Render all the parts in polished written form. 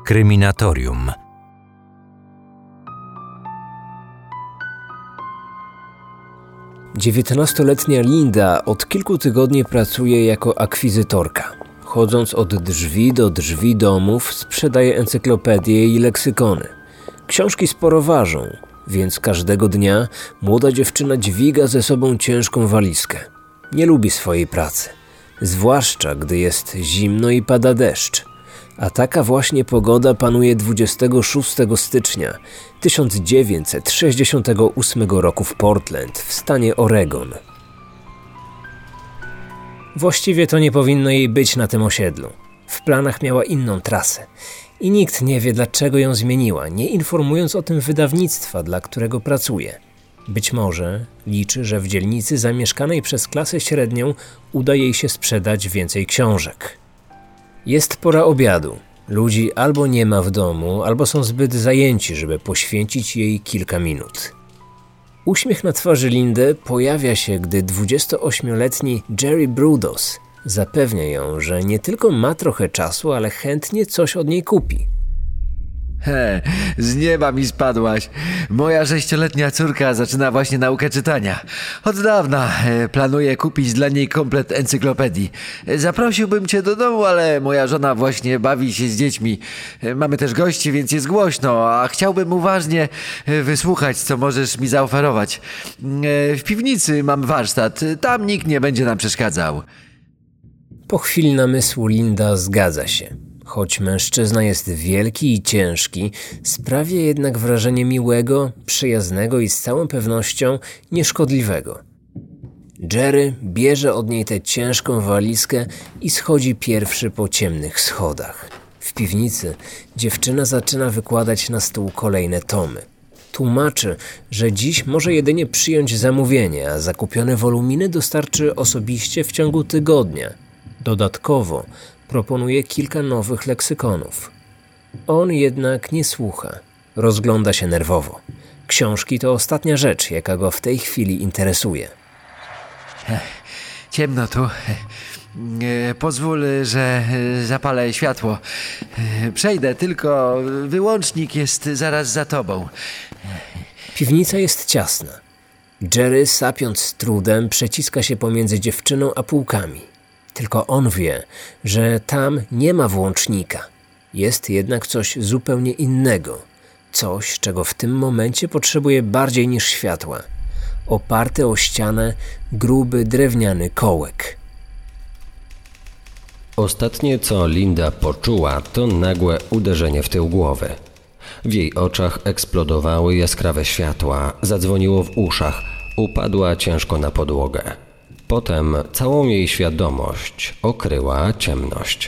Kryminatorium. Dziewiętnastoletnia Linda od kilku tygodni pracuje jako akwizytorka. Chodząc od drzwi do drzwi domów, sprzedaje encyklopedie i leksykony. Książki sporo ważą, więc każdego dnia młoda dziewczyna dźwiga ze sobą ciężką walizkę. Nie lubi swojej pracy, zwłaszcza gdy jest zimno i pada deszcz. A taka właśnie pogoda panuje 26 stycznia 1968 roku w Portland w stanie Oregon. Właściwie to nie powinno jej być na tym osiedlu. W planach miała inną trasę i nikt nie wie, dlaczego ją zmieniła, nie informując o tym wydawnictwa, dla którego pracuje. Być może liczy, że w dzielnicy zamieszkanej przez klasę średnią uda jej się sprzedać więcej książek. Jest pora obiadu. Ludzi albo nie ma w domu, albo są zbyt zajęci, żeby poświęcić jej kilka minut. Uśmiech na twarzy Lindy pojawia się, gdy 28-letni Jerry Brudos zapewnia ją, że nie tylko ma trochę czasu, ale chętnie coś od niej kupi. Z nieba mi spadłaś. Moja 6-letnia córka zaczyna właśnie naukę czytania. Od dawna planuję kupić dla niej komplet encyklopedii. Zaprosiłbym cię do domu, ale moja żona właśnie bawi się z dziećmi. Mamy też gości, więc jest głośno, a chciałbym uważnie wysłuchać, co możesz mi zaoferować. W piwnicy mam warsztat, tam nikt nie będzie nam przeszkadzał. Po chwili namysłu Linda zgadza się. Choć mężczyzna jest wielki i ciężki, sprawia jednak wrażenie miłego, przyjaznego i z całą pewnością nieszkodliwego. Jerry bierze od niej tę ciężką walizkę i schodzi pierwszy po ciemnych schodach. W piwnicy dziewczyna zaczyna wykładać na stół kolejne tomy. Tłumaczy, że dziś może jedynie przyjąć zamówienie, a zakupione woluminy dostarczy osobiście w ciągu tygodnia. Dodatkowo proponuje kilka nowych leksykonów. On jednak nie słucha. Rozgląda się nerwowo. Książki to ostatnia rzecz, jaka go w tej chwili interesuje. Ciemno tu. Pozwól, że zapalę światło. Przejdę, tylko wyłącznik jest zaraz za tobą. Piwnica jest ciasna. Jerry, sapiąc z trudem, przeciska się pomiędzy dziewczyną a półkami. Tylko on wie, że tam nie ma włącznika. Jest jednak coś zupełnie innego. Coś, czego w tym momencie potrzebuje bardziej niż światła. Oparty o ścianę gruby drewniany kołek. Ostatnie, co Linda poczuła, to nagłe uderzenie w tył głowy. W jej oczach eksplodowały jaskrawe światła, zadzwoniło w uszach, upadła ciężko na podłogę. Potem całą jej świadomość okryła ciemność.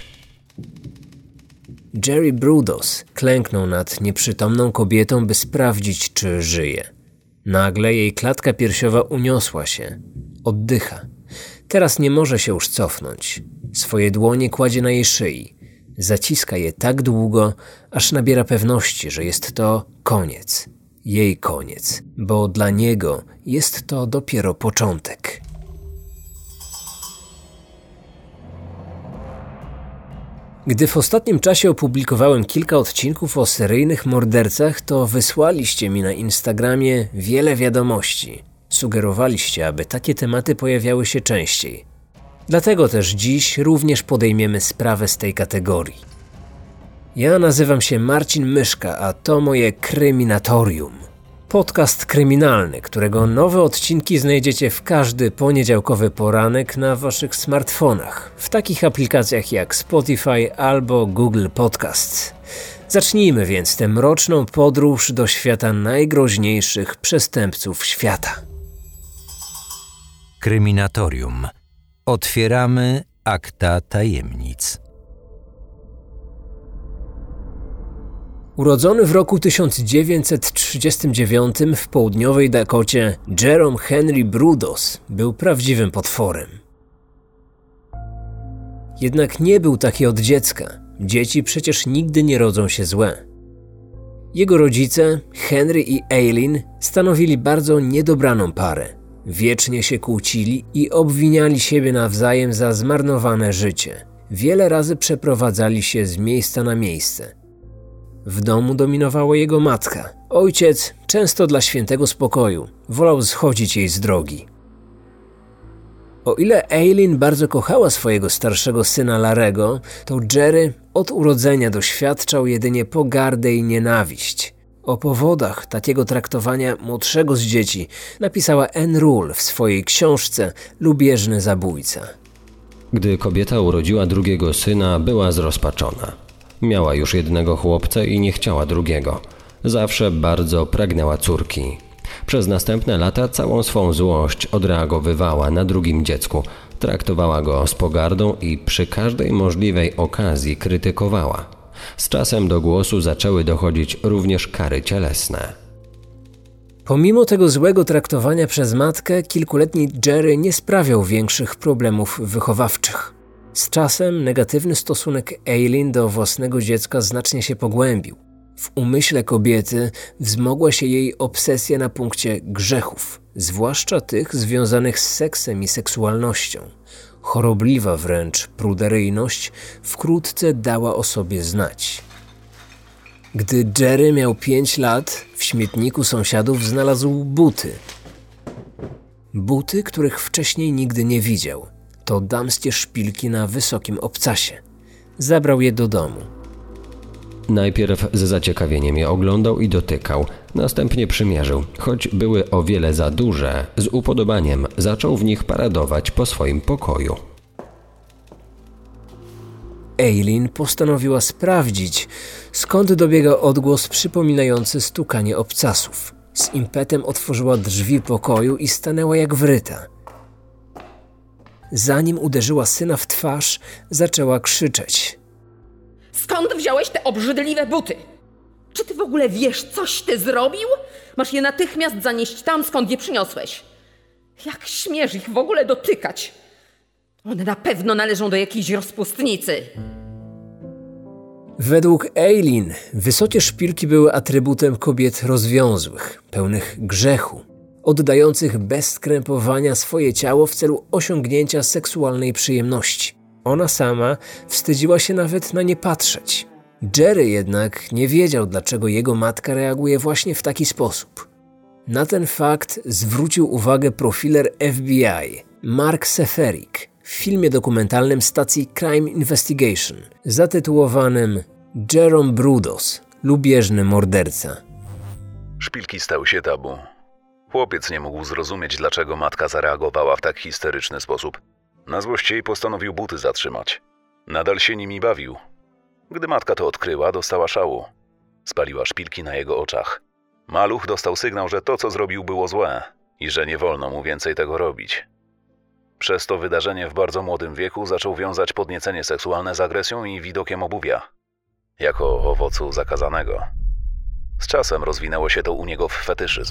Jerry Brudos klęknął nad nieprzytomną kobietą, by sprawdzić, czy żyje. Nagle jej klatka piersiowa uniosła się. Oddycha. Teraz nie może się już cofnąć. Swoje dłonie kładzie na jej szyi. Zaciska je tak długo, aż nabiera pewności, że jest to koniec. Jej koniec. Bo dla niego jest to dopiero początek. Gdy w ostatnim czasie opublikowałem kilka odcinków o seryjnych mordercach, to wysłaliście mi na Instagramie wiele wiadomości. Sugerowaliście, aby takie tematy pojawiały się częściej. Dlatego też dziś również podejmiemy sprawę z tej kategorii. Ja nazywam się Marcin Myszka, a to moje Kryminatorium. Podcast kryminalny, którego nowe odcinki znajdziecie w każdy poniedziałkowy poranek na waszych smartfonach, w takich aplikacjach jak Spotify albo Google Podcasts. Zacznijmy więc tę mroczną podróż do świata najgroźniejszych przestępców świata. Kryminatorium. Otwieramy akta tajemnic. Urodzony w roku 1939 w południowej Dakocie, Jerome Henry Brudos był prawdziwym potworem. Jednak nie był taki od dziecka. Dzieci przecież nigdy nie rodzą się złe. Jego rodzice, Henry i Eileen, stanowili bardzo niedobraną parę. Wiecznie się kłócili i obwiniali siebie nawzajem za zmarnowane życie. Wiele razy przeprowadzali się z miejsca na miejsce. W domu dominowała jego matka. Ojciec, często dla świętego spokoju, wolał schodzić jej z drogi. O ile Eileen bardzo kochała swojego starszego syna Larego, to Jerry od urodzenia doświadczał jedynie pogardę i nienawiść. O powodach takiego traktowania młodszego z dzieci napisała Anne Rule w swojej książce Lubieżny zabójca. Gdy kobieta urodziła drugiego syna, była zrozpaczona. Miała już jednego chłopca i nie chciała drugiego. Zawsze bardzo pragnęła córki. Przez następne lata całą swą złość odreagowywała na drugim dziecku. Traktowała go z pogardą i przy każdej możliwej okazji krytykowała. Z czasem do głosu zaczęły dochodzić również kary cielesne. Pomimo tego złego traktowania przez matkę, kilkuletni Jerry nie sprawiał większych problemów wychowawczych. Z czasem negatywny stosunek Eileen do własnego dziecka znacznie się pogłębił. W umyśle kobiety wzmogła się jej obsesja na punkcie grzechów, zwłaszcza tych związanych z seksem i seksualnością. Chorobliwa wręcz pruderyjność wkrótce dała o sobie znać. Gdy Jerry miał 5 lat, w śmietniku sąsiadów znalazł buty. Buty, których wcześniej nigdy nie widział. To damskie szpilki na wysokim obcasie. Zabrał je do domu. Najpierw z zaciekawieniem je oglądał i dotykał, następnie przymierzył. Choć były o wiele za duże, z upodobaniem zaczął w nich paradować po swoim pokoju. Eileen postanowiła sprawdzić, skąd dobiega odgłos przypominający stukanie obcasów. Z impetem otworzyła drzwi pokoju i stanęła jak wryta. Zanim uderzyła syna w twarz, zaczęła krzyczeć. Skąd wziąłeś te obrzydliwe buty? Czy ty w ogóle wiesz, coś ty zrobił? Masz je natychmiast zanieść tam, skąd je przyniosłeś. Jak śmiesz ich w ogóle dotykać? One na pewno należą do jakiejś rozpustnicy. Według Eileen wysokie szpilki były atrybutem kobiet rozwiązłych, pełnych grzechu, oddających bez skrępowania swoje ciało w celu osiągnięcia seksualnej przyjemności. Ona sama wstydziła się nawet na nie patrzeć. Jerry jednak nie wiedział, dlaczego jego matka reaguje właśnie w taki sposób. Na ten fakt zwrócił uwagę profiler FBI Mark Seferik w filmie dokumentalnym stacji Crime Investigation zatytułowanym Jerome Brudos – lubieżny morderca. Szpilki stały się tabu. Chłopiec nie mógł zrozumieć, dlaczego matka zareagowała w tak histeryczny sposób. Na złość jej postanowił buty zatrzymać. Nadal się nimi bawił. Gdy matka to odkryła, dostała szału. Spaliła szpilki na jego oczach. Maluch dostał sygnał, że to, co zrobił, było złe i że nie wolno mu więcej tego robić. Przez to wydarzenie w bardzo młodym wieku zaczął wiązać podniecenie seksualne z agresją i widokiem obuwia, jako owocu zakazanego. Z czasem rozwinęło się to u niego w fetyszyzm.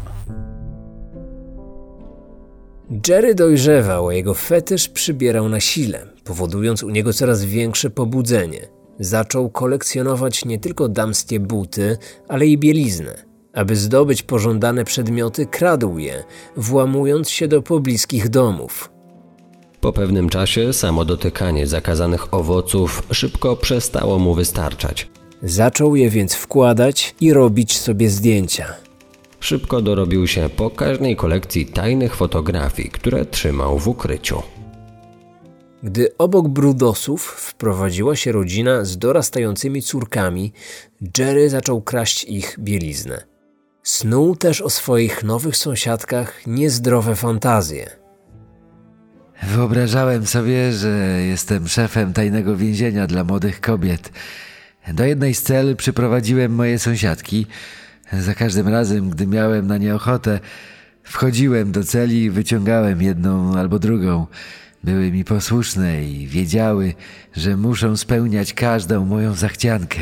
Jerry dojrzewał, a jego fetysz przybierał na sile, powodując u niego coraz większe pobudzenie. Zaczął kolekcjonować nie tylko damskie buty, ale i bieliznę. Aby zdobyć pożądane przedmioty, kradł je, włamując się do pobliskich domów. Po pewnym czasie samo dotykanie zakazanych owoców szybko przestało mu wystarczać. Zaczął je więc wkładać i robić sobie zdjęcia. Szybko dorobił się pokaźnej kolekcji tajnych fotografii, które trzymał w ukryciu. Gdy obok Brudosów wprowadziła się rodzina z dorastającymi córkami, Jerry zaczął kraść ich bieliznę. Snuł też o swoich nowych sąsiadkach niezdrowe fantazje. Wyobrażałem sobie, że jestem szefem tajnego więzienia dla młodych kobiet. Do jednej z cel przyprowadziłem moje sąsiadki. Za każdym razem, gdy miałem na nie ochotę, wchodziłem do celi i wyciągałem jedną albo drugą. Były mi posłuszne i wiedziały, że muszą spełniać każdą moją zachciankę.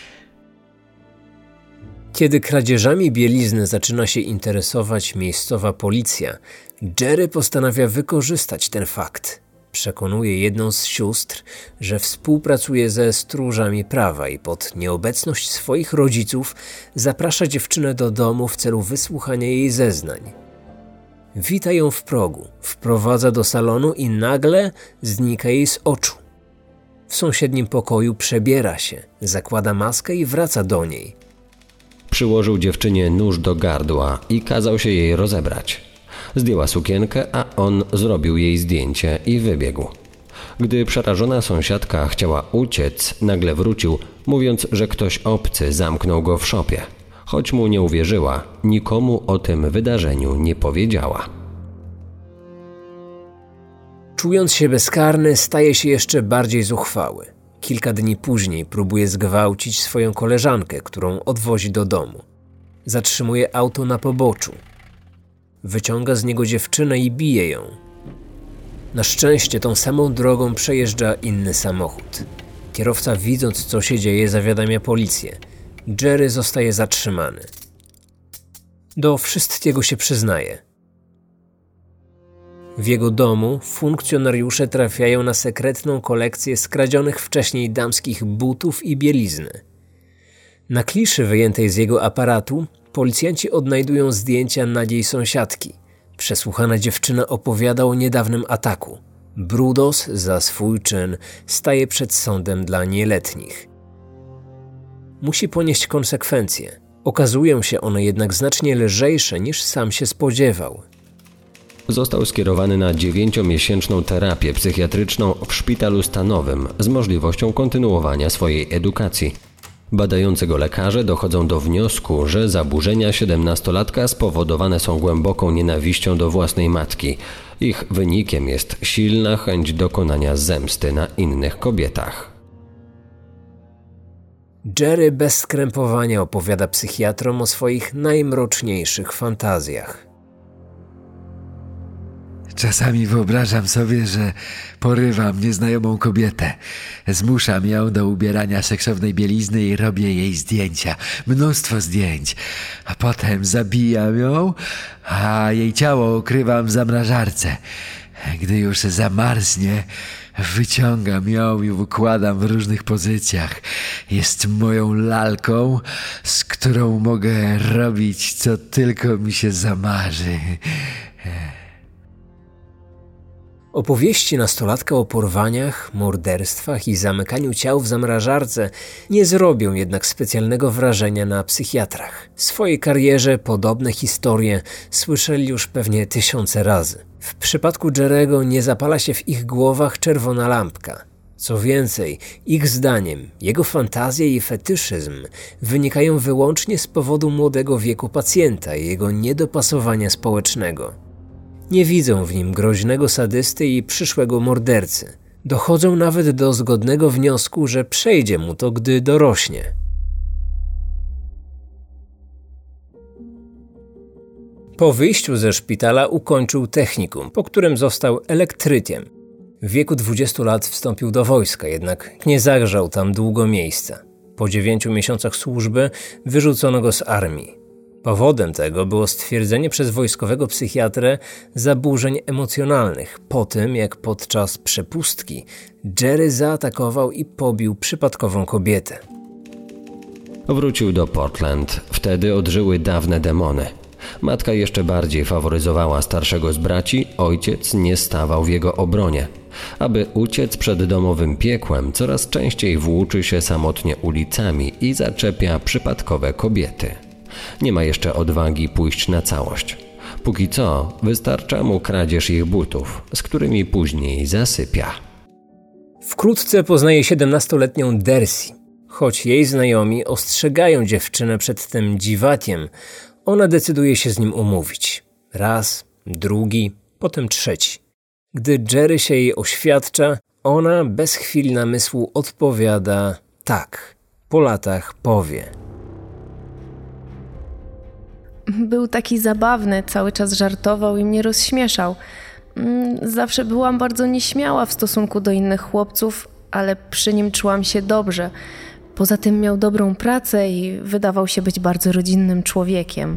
Kiedy kradzieżami bielizny zaczyna się interesować miejscowa policja, Jerry postanawia wykorzystać ten fakt. Przekonuje jedną z sióstr, że współpracuje ze stróżami prawa i pod nieobecność swoich rodziców zaprasza dziewczynę do domu w celu wysłuchania jej zeznań. Wita ją w progu, wprowadza do salonu i nagle znika jej z oczu. W sąsiednim pokoju przebiera się, zakłada maskę i wraca do niej. Przyłożył dziewczynie nóż do gardła i kazał się jej rozebrać. Zdjęła sukienkę, a on zrobił jej zdjęcie i wybiegł. Gdy przerażona sąsiadka chciała uciec, nagle wrócił, mówiąc, że ktoś obcy zamknął go w szopie. Choć mu nie uwierzyła, nikomu o tym wydarzeniu nie powiedziała. Czując się bezkarny, staje się jeszcze bardziej zuchwały. Kilka dni później próbuje zgwałcić swoją koleżankę, którą odwozi do domu. Zatrzymuje auto na poboczu. Wyciąga z niego dziewczynę i bije ją. Na szczęście tą samą drogą przejeżdża inny samochód. Kierowca, widząc co się dzieje, zawiadamia policję. Jerry zostaje zatrzymany. Do wszystkiego się przyznaje. W jego domu funkcjonariusze trafiają na sekretną kolekcję skradzionych wcześniej damskich butów i bielizny. Na kliszy wyjętej z jego aparatu policjanci odnajdują zdjęcia nagiej sąsiadki. Przesłuchana dziewczyna opowiada o niedawnym ataku. Brudos za swój czyn staje przed sądem dla nieletnich. Musi ponieść konsekwencje. Okazują się one jednak znacznie lżejsze niż sam się spodziewał. Został skierowany na 9-miesięczną terapię psychiatryczną w szpitalu stanowym z możliwością kontynuowania swojej edukacji. Badający go lekarze dochodzą do wniosku, że zaburzenia 17-latka spowodowane są głęboką nienawiścią do własnej matki. Ich wynikiem jest silna chęć dokonania zemsty na innych kobietach. Jerry bez skrępowania opowiada psychiatrom o swoich najmroczniejszych fantazjach. Czasami wyobrażam sobie, że porywam nieznajomą kobietę. Zmuszam ją do ubierania seksownej bielizny i robię jej zdjęcia. Mnóstwo zdjęć. A potem zabijam ją, a jej ciało ukrywam w zamrażarce. Gdy już zamarznie, wyciągam ją i układam w różnych pozycjach. Jest moją lalką, z którą mogę robić, co tylko mi się zamarzy. Opowieści nastolatka o porwaniach, morderstwach i zamykaniu ciał w zamrażarce nie zrobią jednak specjalnego wrażenia na psychiatrach. W swojej karierze podobne historie słyszeli już pewnie tysiące razy. W przypadku Jerry'ego nie zapala się w ich głowach czerwona lampka. Co więcej, ich zdaniem jego fantazje i fetyszyzm wynikają wyłącznie z powodu młodego wieku pacjenta i jego niedopasowania społecznego. Nie widzą w nim groźnego sadysty i przyszłego mordercy. Dochodzą nawet do zgodnego wniosku, że przejdzie mu to, gdy dorośnie. Po wyjściu ze szpitala ukończył technikum, po którym został elektrykiem. W wieku 20 lat wstąpił do wojska, jednak nie zagrzał tam długo miejsca. Po 9 miesiącach służby wyrzucono go z armii. Powodem tego było stwierdzenie przez wojskowego psychiatrę zaburzeń emocjonalnych po tym, jak podczas przepustki Jerry zaatakował i pobił przypadkową kobietę. Wrócił do Portland. Wtedy odżyły dawne demony. Matka jeszcze bardziej faworyzowała starszego z braci, ojciec nie stawał w jego obronie. Aby uciec przed domowym piekłem, coraz częściej włóczy się samotnie ulicami i zaczepia przypadkowe kobiety. Nie ma jeszcze odwagi pójść na całość. Póki co wystarcza mu kradzież ich butów, z którymi później zasypia. Wkrótce poznaje 17-letnią Darcy. Choć jej znajomi ostrzegają dziewczynę przed tym dziwakiem, ona decyduje się z nim umówić. Raz, drugi, potem trzeci. Gdy Jerry się jej oświadcza, ona bez chwili namysłu odpowiada tak. Po latach powie. Był taki zabawny, cały czas żartował i mnie rozśmieszał. Zawsze byłam bardzo nieśmiała w stosunku do innych chłopców, ale przy nim czułam się dobrze. Poza tym miał dobrą pracę i wydawał się być bardzo rodzinnym człowiekiem.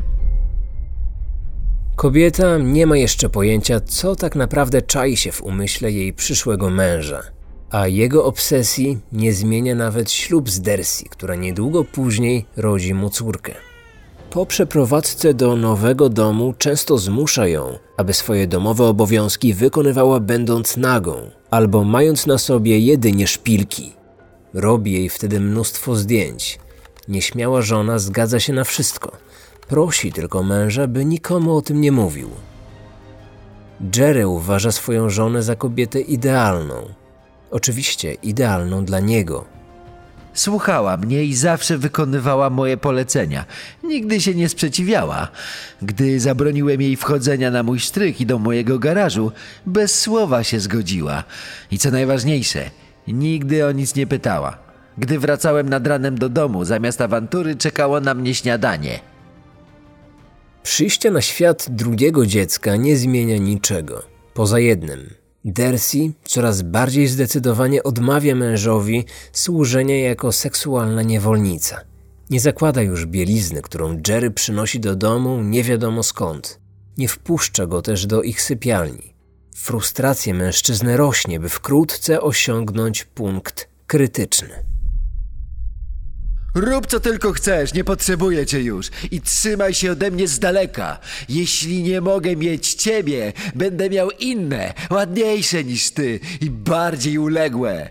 Kobieta nie ma jeszcze pojęcia, co tak naprawdę czai się w umyśle jej przyszłego męża. A jego obsesji nie zmienia nawet ślub z Darcy, która niedługo później rodzi mu córkę. Po przeprowadzce do nowego domu często zmusza ją, aby swoje domowe obowiązki wykonywała będąc nagą. albo mając na sobie jedynie szpilki. Robi jej wtedy mnóstwo zdjęć. Nieśmiała żona zgadza się na wszystko. Prosi tylko męża, by nikomu o tym nie mówił. Jerry uważa swoją żonę za kobietę idealną. Oczywiście idealną dla niego. Słuchała mnie i zawsze wykonywała moje polecenia. Nigdy się nie sprzeciwiała. Gdy zabroniłem jej wchodzenia na mój strych i do mojego garażu, bez słowa się zgodziła. I co najważniejsze, nigdy o nic nie pytała. Gdy wracałem nad ranem do domu, zamiast awantury czekało na mnie śniadanie. Przyjście na świat drugiego dziecka nie zmienia niczego. Poza jednym. Darcy coraz bardziej zdecydowanie odmawia mężowi służenia jako seksualna niewolnica. Nie zakłada już bielizny, którą Jerry przynosi do domu nie wiadomo skąd. Nie wpuszcza go też do ich sypialni. Frustracja mężczyzny rośnie, by wkrótce osiągnąć punkt krytyczny. Rób co tylko chcesz, nie potrzebuję cię już i trzymaj się ode mnie z daleka. Jeśli nie mogę mieć ciebie, będę miał inne, ładniejsze niż ty i bardziej uległe.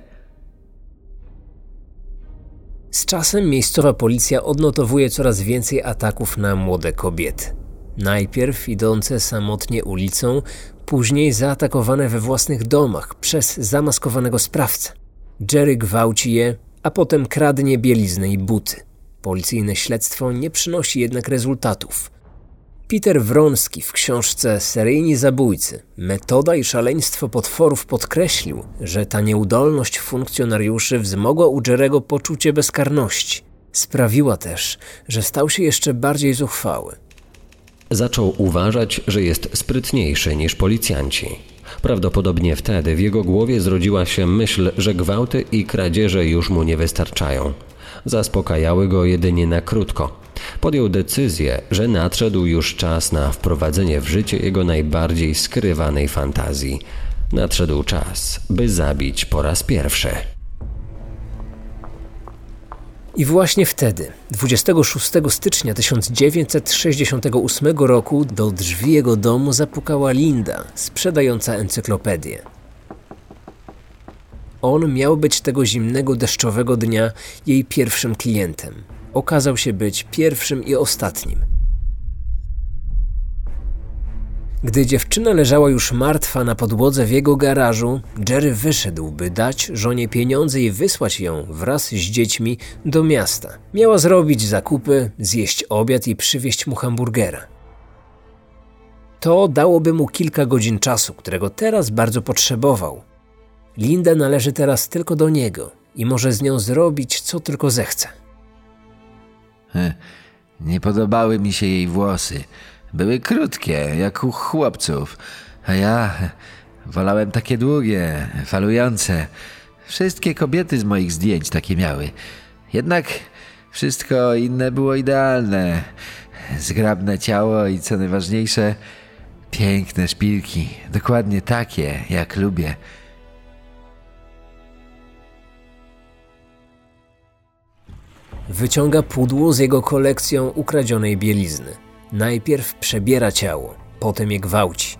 Z czasem miejscowa policja odnotowuje coraz więcej ataków na młode kobiety. Najpierw idące samotnie ulicą, później zaatakowane we własnych domach przez zamaskowanego sprawcę. Jerry gwałci je, a potem kradnie bieliznę i buty. Policyjne śledztwo nie przynosi jednak rezultatów. Peter Wronski w książce Seryjni zabójcy – metoda i szaleństwo potworów podkreślił, że ta nieudolność funkcjonariuszy wzmogła u Jerry'ego poczucie bezkarności. Sprawiła też, że stał się jeszcze bardziej zuchwały. Zaczął uważać, że jest sprytniejszy niż policjanci. Prawdopodobnie wtedy w jego głowie zrodziła się myśl, że gwałty i kradzieże już mu nie wystarczają. Zaspokajały go jedynie na krótko. Podjął decyzję, że nadszedł już czas na wprowadzenie w życie jego najbardziej skrywanej fantazji. Nadszedł czas, by zabić po raz pierwszy. I właśnie wtedy, 26 stycznia 1968 roku, do drzwi jego domu zapukała Linda, sprzedająca encyklopedię. On miał być tego zimnego, deszczowego dnia jej pierwszym klientem. Okazał się być pierwszym i ostatnim. Gdy dziewczyna leżała już martwa na podłodze w jego garażu, Jerry wyszedł, by dać żonie pieniądze i wysłać ją wraz z dziećmi do miasta. Miała zrobić zakupy, zjeść obiad i przywieźć mu hamburgera. To dałoby mu kilka godzin czasu, którego teraz bardzo potrzebował. Linda należy teraz tylko do niego i może z nią zrobić, co tylko zechce. Nie podobały mi się jej włosy. Były krótkie, jak u chłopców, a ja wolałem takie długie, falujące. Wszystkie kobiety z moich zdjęć takie miały. Jednak wszystko inne było idealne. Zgrabne ciało i co najważniejsze, piękne szpilki. Dokładnie takie, jak lubię. Wyciąga pudło z jego kolekcją ukradzionej bielizny. Najpierw przebiera ciało, potem je gwałci.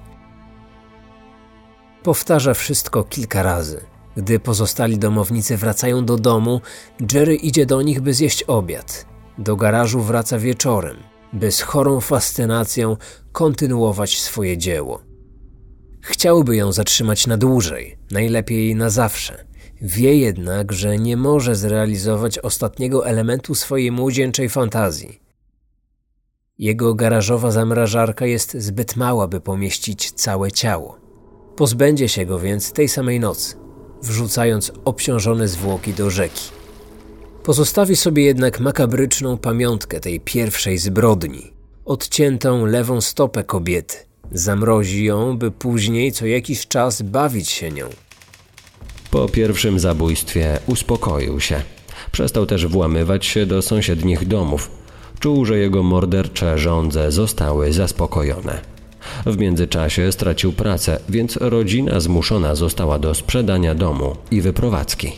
Powtarza wszystko kilka razy. Gdy pozostali domownicy wracają do domu, Jerry idzie do nich, by zjeść obiad. Do garażu wraca wieczorem, by z chorą fascynacją kontynuować swoje dzieło. Chciałby ją zatrzymać na dłużej, najlepiej na zawsze. Wie jednak, że nie może zrealizować ostatniego elementu swojej młodzieńczej fantazji. Jego garażowa zamrażarka jest zbyt mała, by pomieścić całe ciało. Pozbędzie się go więc tej samej nocy, wrzucając obciążone zwłoki do rzeki. Pozostawi sobie jednak makabryczną pamiątkę tej pierwszej zbrodni. Odciętą lewą stopę kobiety. Zamrozi ją, by później co jakiś czas bawić się nią. Po pierwszym zabójstwie uspokoił się. Przestał też włamywać się do sąsiednich domów. Czuł, że jego mordercze żądze zostały zaspokojone. W międzyczasie stracił pracę, więc rodzina zmuszona została do sprzedania domu i wyprowadzki.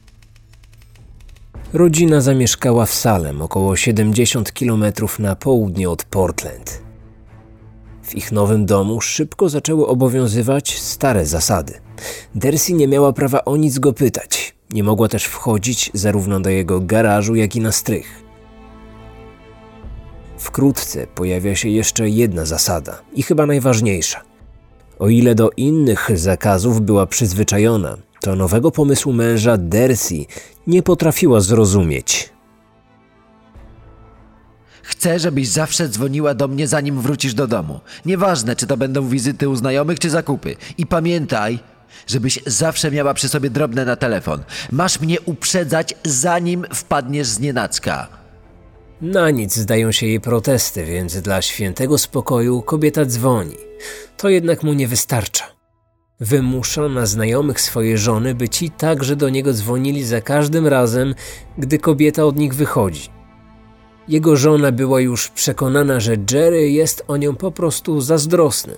Rodzina zamieszkała w Salem, około 70 km na południe od Portland. W ich nowym domu szybko zaczęły obowiązywać stare zasady. Darcy nie miała prawa o nic go pytać. Nie mogła też wchodzić zarówno do jego garażu, jak i na strych. Wkrótce pojawia się jeszcze jedna zasada i chyba najważniejsza. O ile do innych zakazów była przyzwyczajona, to nowego pomysłu męża Darcy nie potrafiła zrozumieć. Chcę, żebyś zawsze dzwoniła do mnie, zanim wrócisz do domu. Nieważne, czy to będą wizyty u znajomych, czy zakupy. I pamiętaj, żebyś zawsze miała przy sobie drobne na telefon. Masz mnie uprzedzać, zanim wpadniesz znienacka. Na nic zdają się jej protesty, więc dla świętego spokoju kobieta dzwoni. To jednak mu nie wystarcza. Wymusza na znajomych swojej żony, by ci także do niego dzwonili za każdym razem, gdy kobieta od nich wychodzi. Jego żona była już przekonana, że Jerry jest o nią po prostu zazdrosny.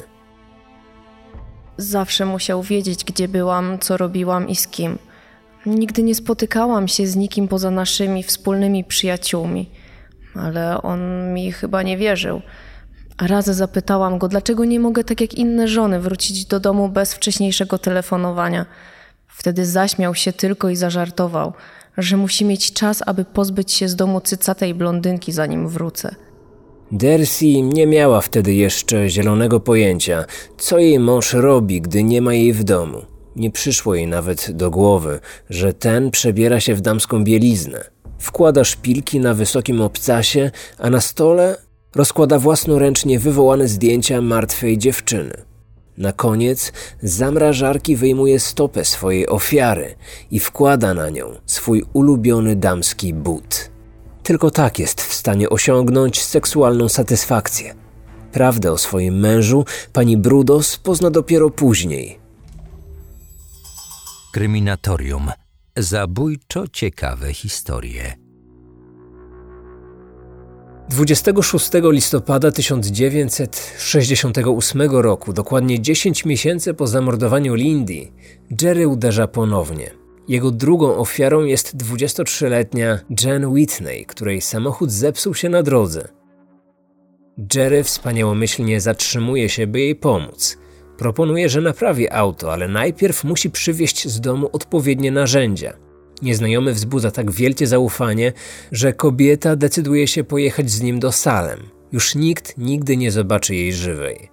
Zawsze musiał wiedzieć, gdzie byłam, co robiłam i z kim. Nigdy nie spotykałam się z nikim poza naszymi wspólnymi przyjaciółmi, ale on mi chyba nie wierzył. A raz zapytałam go, dlaczego nie mogę tak jak inne żony wrócić do domu bez wcześniejszego telefonowania. Wtedy zaśmiał się tylko i zażartował, że musi mieć czas, aby pozbyć się z domu cycatej blondynki, zanim wrócę. Darcy nie miała wtedy jeszcze zielonego pojęcia, co jej mąż robi, gdy nie ma jej w domu. Nie przyszło jej nawet do głowy, że ten przebiera się w damską bieliznę. Wkłada szpilki na wysokim obcasie, a na stole rozkłada własnoręcznie wywołane zdjęcia martwej dziewczyny. Na koniec z zamrażarki wyjmuje stopę swojej ofiary i wkłada na nią swój ulubiony damski but. Tylko tak jest w stanie osiągnąć seksualną satysfakcję. Prawdę o swoim mężu pani Brudos pozna dopiero później. Kryminatorium. Zabójczo ciekawe historie. 26 listopada 1968 roku, dokładnie 10 miesięcy po zamordowaniu Lindy, Jerry uderza ponownie. Jego drugą ofiarą jest 23-letnia Jen Whitney, której samochód zepsuł się na drodze. Jerry wspaniałomyślnie zatrzymuje się, by jej pomóc. Proponuje, że naprawi auto, ale najpierw musi przywieźć z domu odpowiednie narzędzia. Nieznajomy wzbudza tak wielkie zaufanie, że kobieta decyduje się pojechać z nim do Salem. Już nikt nigdy nie zobaczy jej żywej.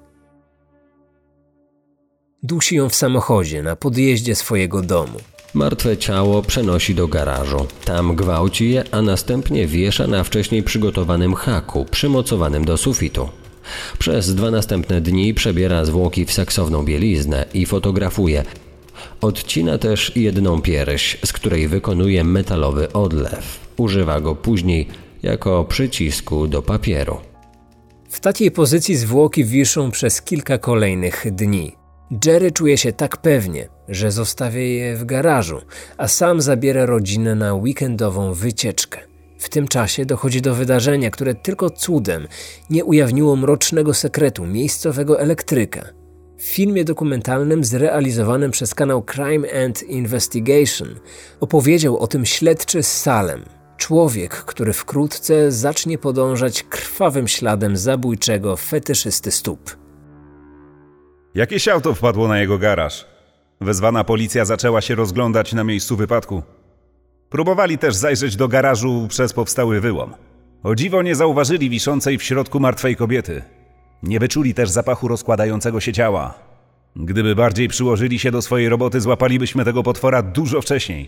Dusi ją w samochodzie na podjeździe swojego domu. Martwe ciało przenosi do garażu. Tam gwałci je, a następnie wiesza na wcześniej przygotowanym haku, przymocowanym do sufitu. Przez 2 następne dni przebiera zwłoki w seksowną bieliznę i fotografuje. Odcina też jedną pierś, z której wykonuje metalowy odlew. Używa go później jako przycisku do papieru. W takiej pozycji zwłoki wiszą przez kilka kolejnych dni. Jerry czuje się tak pewnie, że zostawia je w garażu, a sam zabiera rodzinę na weekendową wycieczkę. W tym czasie dochodzi do wydarzenia, które tylko cudem nie ujawniło mrocznego sekretu miejscowego elektryka. W filmie dokumentalnym zrealizowanym przez kanał Crime and Investigation opowiedział o tym śledczy z Salem. Człowiek, który wkrótce zacznie podążać krwawym śladem zabójczego fetyszysty stóp. Jakieś auto wpadło na jego garaż. Wezwana policja zaczęła się rozglądać na miejscu wypadku. Próbowali też zajrzeć do garażu przez powstały wyłom. O dziwo nie zauważyli wiszącej w środku martwej kobiety. Nie wyczuli też zapachu rozkładającego się ciała. Gdyby bardziej przyłożyli się do swojej roboty, złapalibyśmy tego potwora dużo wcześniej.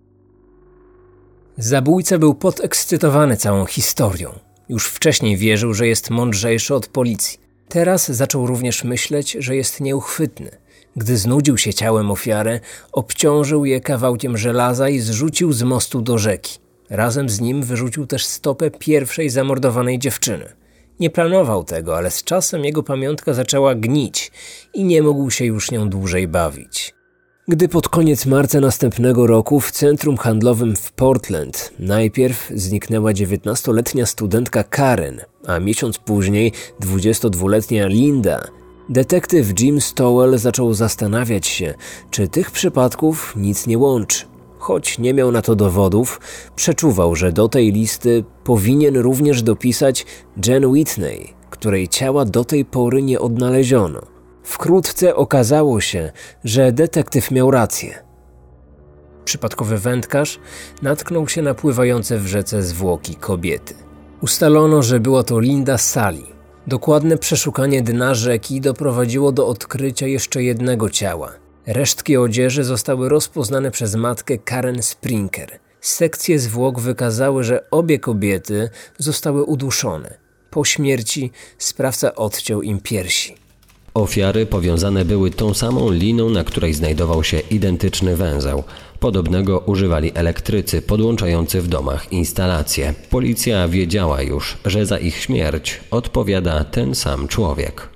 Zabójca był podekscytowany całą historią. Już wcześniej wierzył, że jest mądrzejszy od policji. Teraz zaczął również myśleć, że jest nieuchwytny. Gdy znudził się ciałem ofiary, obciążył je kawałkiem żelaza i zrzucił z mostu do rzeki. Razem z nim wyrzucił też stopę pierwszej zamordowanej dziewczyny. Nie planował tego, ale z czasem jego pamiątka zaczęła gnić i nie mógł się już nią dłużej bawić. Gdy pod koniec marca następnego roku w centrum handlowym w Portland najpierw zniknęła 19-letnia studentka Karen, a miesiąc później 22-letnia Linda, detektyw Jim Stowell zaczął zastanawiać się, czy tych przypadków nic nie łączy. Choć nie miał na to dowodów, przeczuwał, że do tej listy powinien również dopisać Jen Whitney, której ciała do tej pory nie odnaleziono. Wkrótce okazało się, że detektyw miał rację. Przypadkowy wędkarz natknął się na pływające w rzece zwłoki kobiety. Ustalono, że była to Linda Sally. Dokładne przeszukanie dna rzeki doprowadziło do odkrycia jeszcze jednego ciała. Resztki odzieży zostały rozpoznane przez matkę Karen Sprinker. Sekcje zwłok wykazały, że obie kobiety zostały uduszone. Po śmierci sprawca odciął im piersi. Ofiary powiązane były tą samą liną, na której znajdował się identyczny węzeł. Podobnego używali elektrycy podłączający w domach instalacje. Policja wiedziała już, że za ich śmierć odpowiada ten sam człowiek.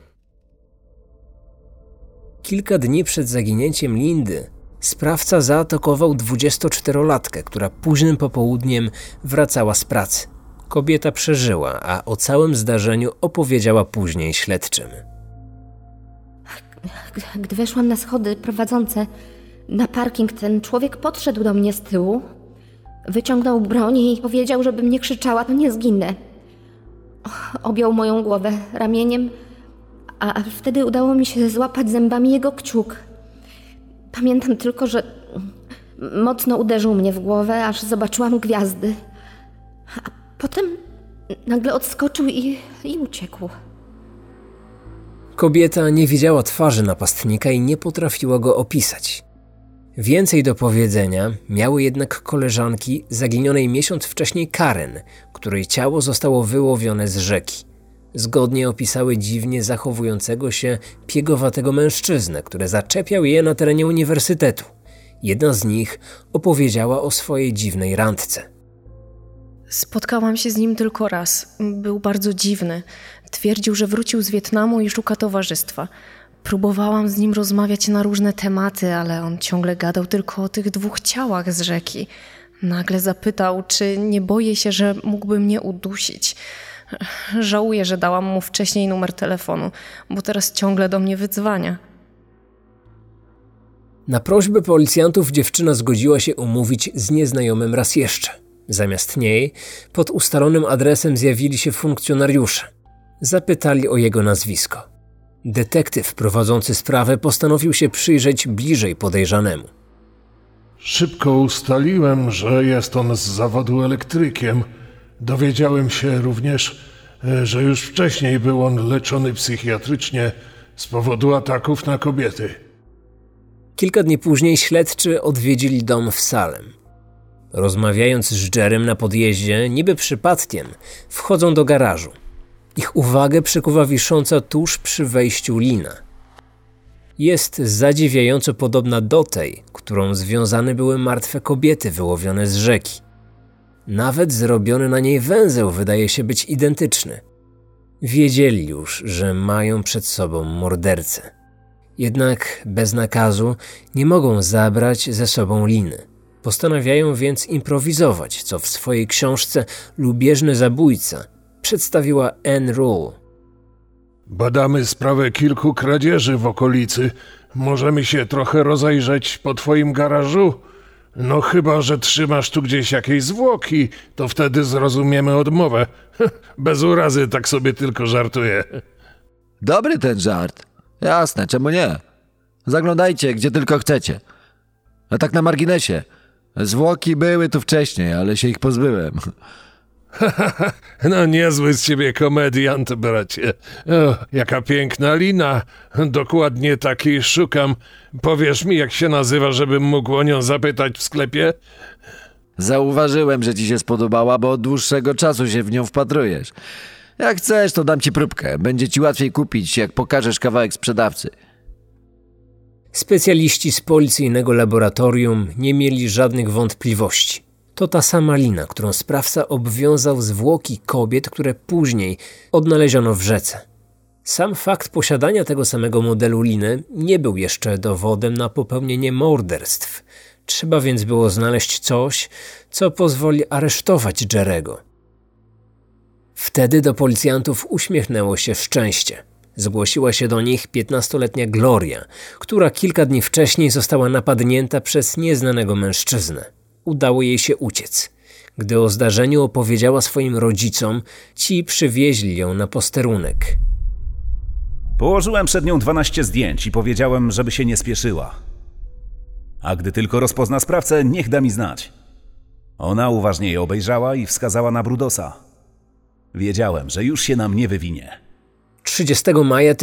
Kilka dni przed zaginięciem Lindy sprawca zaatakował 24-latkę, która późnym popołudniem wracała z pracy. Kobieta przeżyła, a o całym zdarzeniu opowiedziała później śledczym. Gdy weszłam na schody prowadzące na parking, ten człowiek podszedł do mnie z tyłu, wyciągnął broń i powiedział, żebym nie krzyczała, to nie zginę. Objął moją głowę ramieniem, a wtedy udało mi się złapać zębami jego kciuk. Pamiętam tylko, że mocno uderzył mnie w głowę, aż zobaczyłam gwiazdy. A potem nagle odskoczył i uciekł. Kobieta nie widziała twarzy napastnika i nie potrafiła go opisać. Więcej do powiedzenia miały jednak koleżanki zaginionej miesiąc wcześniej Karen, której ciało zostało wyłowione z rzeki. Zgodnie opisały dziwnie zachowującego się piegowatego mężczyznę, który zaczepiał je na terenie uniwersytetu. Jedna z nich opowiedziała o swojej dziwnej randce. Spotkałam się z nim tylko raz. Był bardzo dziwny. Twierdził, że wrócił z Wietnamu i szuka towarzystwa. Próbowałam z nim rozmawiać na różne tematy, ale on ciągle gadał tylko o tych 2 ciałach z rzeki. Nagle zapytał, czy nie boję się, że mógłby mnie udusić. Żałuję, że dałam mu wcześniej numer telefonu, bo teraz ciągle do mnie wydzwania. Na prośbę policjantów dziewczyna zgodziła się umówić z nieznajomym raz jeszcze. Zamiast niej pod ustalonym adresem zjawili się funkcjonariusze. Zapytali o jego nazwisko. Detektyw prowadzący sprawę postanowił się przyjrzeć bliżej podejrzanemu. Szybko ustaliłem, że jest on z zawodu elektrykiem. Dowiedziałem się również, że już wcześniej był on leczony psychiatrycznie z powodu ataków na kobiety. Kilka dni później śledczy odwiedzili dom w Salem. Rozmawiając z Jerrym na podjeździe, niby przypadkiem, wchodzą do garażu. Ich uwagę przykuwa wisząca tuż przy wejściu lina. Jest zadziwiająco podobna do tej, którą związane były martwe kobiety wyłowione z rzeki. Nawet zrobiony na niej węzeł wydaje się być identyczny. Wiedzieli już, że mają przed sobą mordercę. Jednak bez nakazu nie mogą zabrać ze sobą liny. Postanawiają więc improwizować, co w swojej książce Lubieżny zabójca przedstawiła Anne Rule. Badamy sprawę kilku kradzieży w okolicy. Możemy się trochę rozejrzeć po twoim garażu? No chyba, że trzymasz tu gdzieś jakieś zwłoki, to wtedy zrozumiemy odmowę. Bez urazy, tak sobie tylko żartuję. Dobry ten żart. Jasne, czemu nie? Zaglądajcie, gdzie tylko chcecie. A tak na marginesie. Zwłoki były tu wcześniej, ale się ich pozbyłem. No niezły z ciebie komediant, bracie. O, jaka piękna lina. Dokładnie takiej szukam. Powiesz mi, jak się nazywa, żebym mógł o nią zapytać w sklepie? Zauważyłem, że ci się spodobała, bo od dłuższego czasu się w nią wpatrujesz. Jak chcesz, to dam ci próbkę. Będzie ci łatwiej kupić, jak pokażesz kawałek sprzedawcy. Specjaliści z policyjnego laboratorium nie mieli żadnych wątpliwości. To ta sama lina, którą sprawca obwiązał zwłoki kobiet, które później odnaleziono w rzece. Sam fakt posiadania tego samego modelu liny nie był jeszcze dowodem na popełnienie morderstw. Trzeba więc było znaleźć coś, co pozwoli aresztować Jerry'ego. Wtedy do policjantów uśmiechnęło się szczęście. Zgłosiła się do nich 15-letnia Gloria, która kilka dni wcześniej została napadnięta przez nieznanego mężczyznę. Udało jej się uciec. Gdy o zdarzeniu opowiedziała swoim rodzicom, ci przywieźli ją na posterunek. Położyłem przed nią 12 zdjęć i powiedziałem, żeby się nie spieszyła. A gdy tylko rozpozna sprawcę, niech da mi znać. Ona uważnie je obejrzała i wskazała na Brudosa. Wiedziałem, że już się nam nie wywinie. 30 maja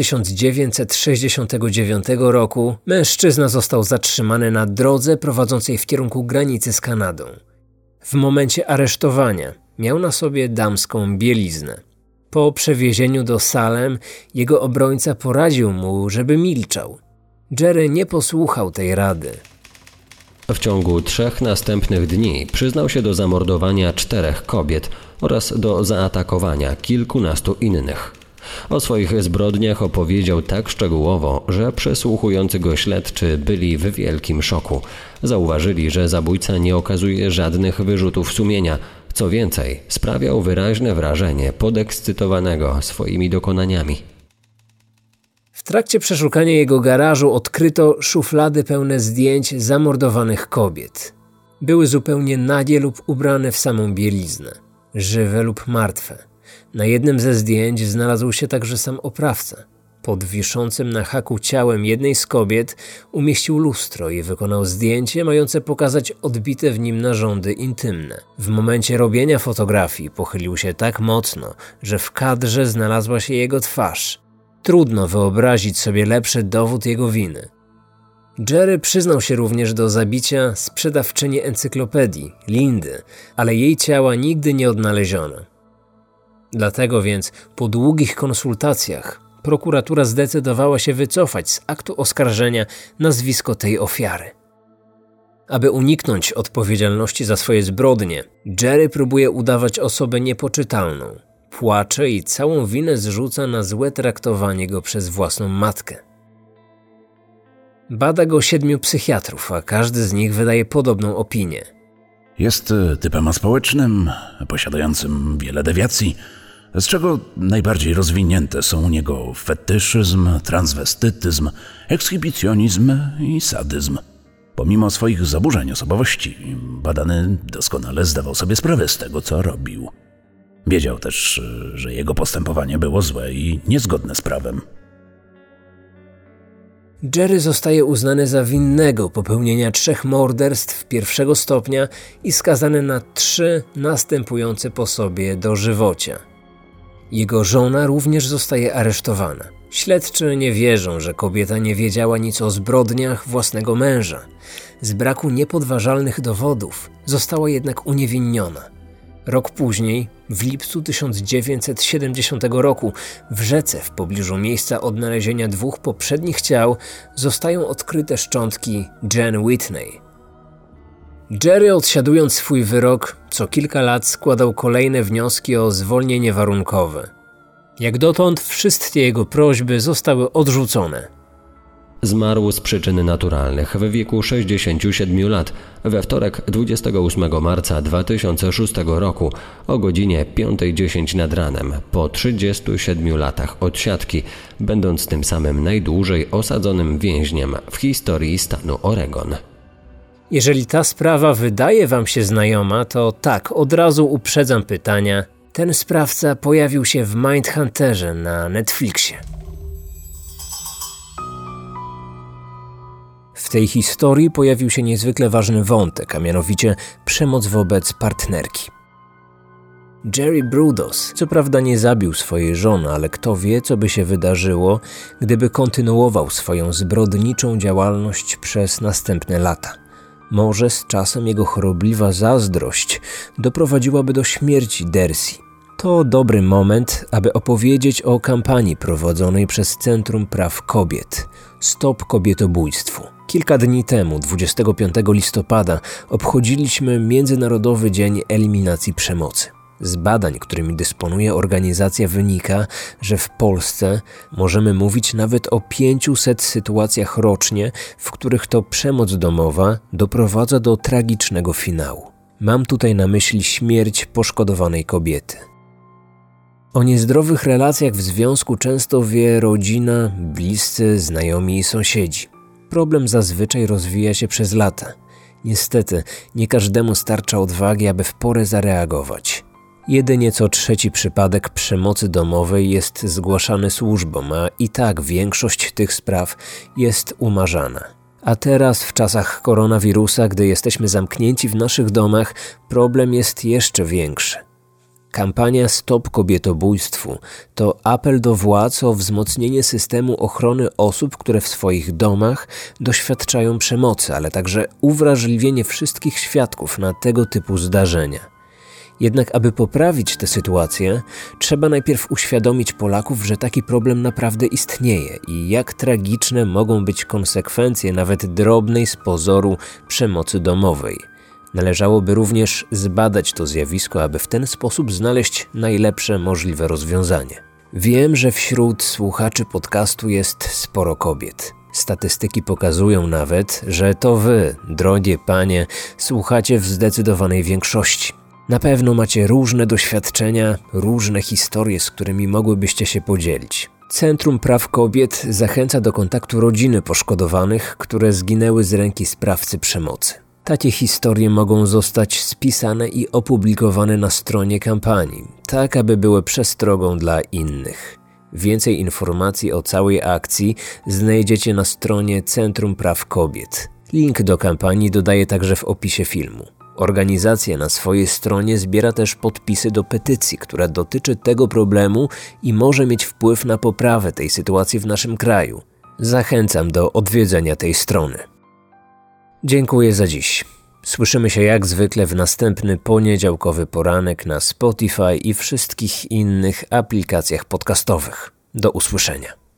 1969 roku mężczyzna został zatrzymany na drodze prowadzącej w kierunku granicy z Kanadą. W momencie aresztowania miał na sobie damską bieliznę. Po przewiezieniu do Salem jego obrońca poradził mu, żeby milczał. Jerry nie posłuchał tej rady. W ciągu 3 następnych dni przyznał się do zamordowania 4 kobiet oraz do zaatakowania kilkunastu innych. O swoich zbrodniach opowiedział tak szczegółowo, że przesłuchujący go śledczy byli w wielkim szoku. Zauważyli, że zabójca nie okazuje żadnych wyrzutów sumienia. Co więcej, sprawiał wyraźne wrażenie podekscytowanego swoimi dokonaniami. W trakcie przeszukania jego garażu odkryto szuflady pełne zdjęć zamordowanych kobiet. Były zupełnie nagie lub ubrane w samą bieliznę, żywe lub martwe. Na jednym ze zdjęć znalazł się także sam oprawca. Pod wiszącym na haku ciałem jednej z kobiet umieścił lustro i wykonał zdjęcie mające pokazać odbite w nim narządy intymne. W momencie robienia fotografii pochylił się tak mocno, że w kadrze znalazła się jego twarz. Trudno wyobrazić sobie lepszy dowód jego winy. Jerry przyznał się również do zabicia sprzedawczyni encyklopedii, Lindy, ale jej ciała nigdy nie odnaleziono. Dlatego więc po długich konsultacjach prokuratura zdecydowała się wycofać z aktu oskarżenia nazwisko tej ofiary. Aby uniknąć odpowiedzialności za swoje zbrodnie, Jerry próbuje udawać osobę niepoczytalną. Płacze i całą winę zrzuca na złe traktowanie go przez własną matkę. Bada go 7 psychiatrów, a każdy z nich wydaje podobną opinię. Jest typem aspołecznym, posiadającym wiele dewiacji, z czego najbardziej rozwinięte są u niego fetyszyzm, transwestytyzm, ekshibicjonizm i sadyzm. Pomimo swoich zaburzeń osobowości, badany doskonale zdawał sobie sprawę z tego, co robił. Wiedział też, że jego postępowanie było złe i niezgodne z prawem. Jerry zostaje uznany za winnego popełnienia 3 morderstw 1. stopnia i skazany na 3 następujące po sobie dożywocia. Jego żona również zostaje aresztowana. Śledczy nie wierzą, że kobieta nie wiedziała nic o zbrodniach własnego męża. Z braku niepodważalnych dowodów została jednak uniewinniona. Rok później, w lipcu 1970 roku, w rzece w pobliżu miejsca odnalezienia 2 poprzednich ciał zostają odkryte szczątki Jen Whitney. Jerry, odsiadując swój wyrok, co kilka lat składał kolejne wnioski o zwolnienie warunkowe. Jak dotąd wszystkie jego prośby zostały odrzucone. Zmarł z przyczyn naturalnych w wieku 67 lat we wtorek 28 marca 2006 roku o godzinie 5:10 nad ranem po 37 latach odsiadki, będąc tym samym najdłużej osadzonym więźniem w historii stanu Oregon. Jeżeli ta sprawa wydaje wam się znajoma, to tak, od razu uprzedzam pytania. Ten sprawca pojawił się w Mindhunterze na Netflixie. W tej historii pojawił się niezwykle ważny wątek, a mianowicie przemoc wobec partnerki. Jerry Brudos co prawda nie zabił swojej żony, ale kto wie, co by się wydarzyło, gdyby kontynuował swoją zbrodniczą działalność przez następne lata. Może z czasem jego chorobliwa zazdrość doprowadziłaby do śmierci Darcy. To dobry moment, aby opowiedzieć o kampanii prowadzonej przez Centrum Praw Kobiet Stop Kobietobójstwu. Kilka dni temu, 25 listopada, obchodziliśmy Międzynarodowy Dzień Eliminacji Przemocy. Z badań, którymi dysponuje organizacja, wynika, że w Polsce możemy mówić nawet o 500 sytuacjach rocznie, w których to przemoc domowa doprowadza do tragicznego finału. Mam tutaj na myśli śmierć poszkodowanej kobiety. O niezdrowych relacjach w związku często wie rodzina, bliscy, znajomi i sąsiedzi. Problem zazwyczaj rozwija się przez lata. Niestety, nie każdemu starcza odwagi, aby w porę zareagować. Jedynie co 3. przypadek przemocy domowej jest zgłaszany służbom, a i tak większość tych spraw jest umarzana. A teraz, w czasach koronawirusa, gdy jesteśmy zamknięci w naszych domach, problem jest jeszcze większy. Kampania Stop Kobietobójstwu to apel do władz o wzmocnienie systemu ochrony osób, które w swoich domach doświadczają przemocy, ale także uwrażliwienie wszystkich świadków na tego typu zdarzenia. Jednak aby poprawić tę sytuację, trzeba najpierw uświadomić Polaków, że taki problem naprawdę istnieje i jak tragiczne mogą być konsekwencje nawet drobnej z pozoru przemocy domowej. Należałoby również zbadać to zjawisko, aby w ten sposób znaleźć najlepsze możliwe rozwiązanie. Wiem, że wśród słuchaczy podcastu jest sporo kobiet. Statystyki pokazują nawet, że to wy, drogie panie, słuchacie w zdecydowanej większości. Na pewno macie różne doświadczenia, różne historie, z którymi mogłybyście się podzielić. Centrum Praw Kobiet zachęca do kontaktu rodziny poszkodowanych, które zginęły z ręki sprawcy przemocy. Takie historie mogą zostać spisane i opublikowane na stronie kampanii, tak aby były przestrogą dla innych. Więcej informacji o całej akcji znajdziecie na stronie Centrum Praw Kobiet. Link do kampanii dodaję także w opisie filmu. Organizacja na swojej stronie zbiera też podpisy do petycji, która dotyczy tego problemu i może mieć wpływ na poprawę tej sytuacji w naszym kraju. Zachęcam do odwiedzenia tej strony. Dziękuję za dziś. Słyszymy się jak zwykle w następny poniedziałkowy poranek na Spotify i wszystkich innych aplikacjach podcastowych. Do usłyszenia.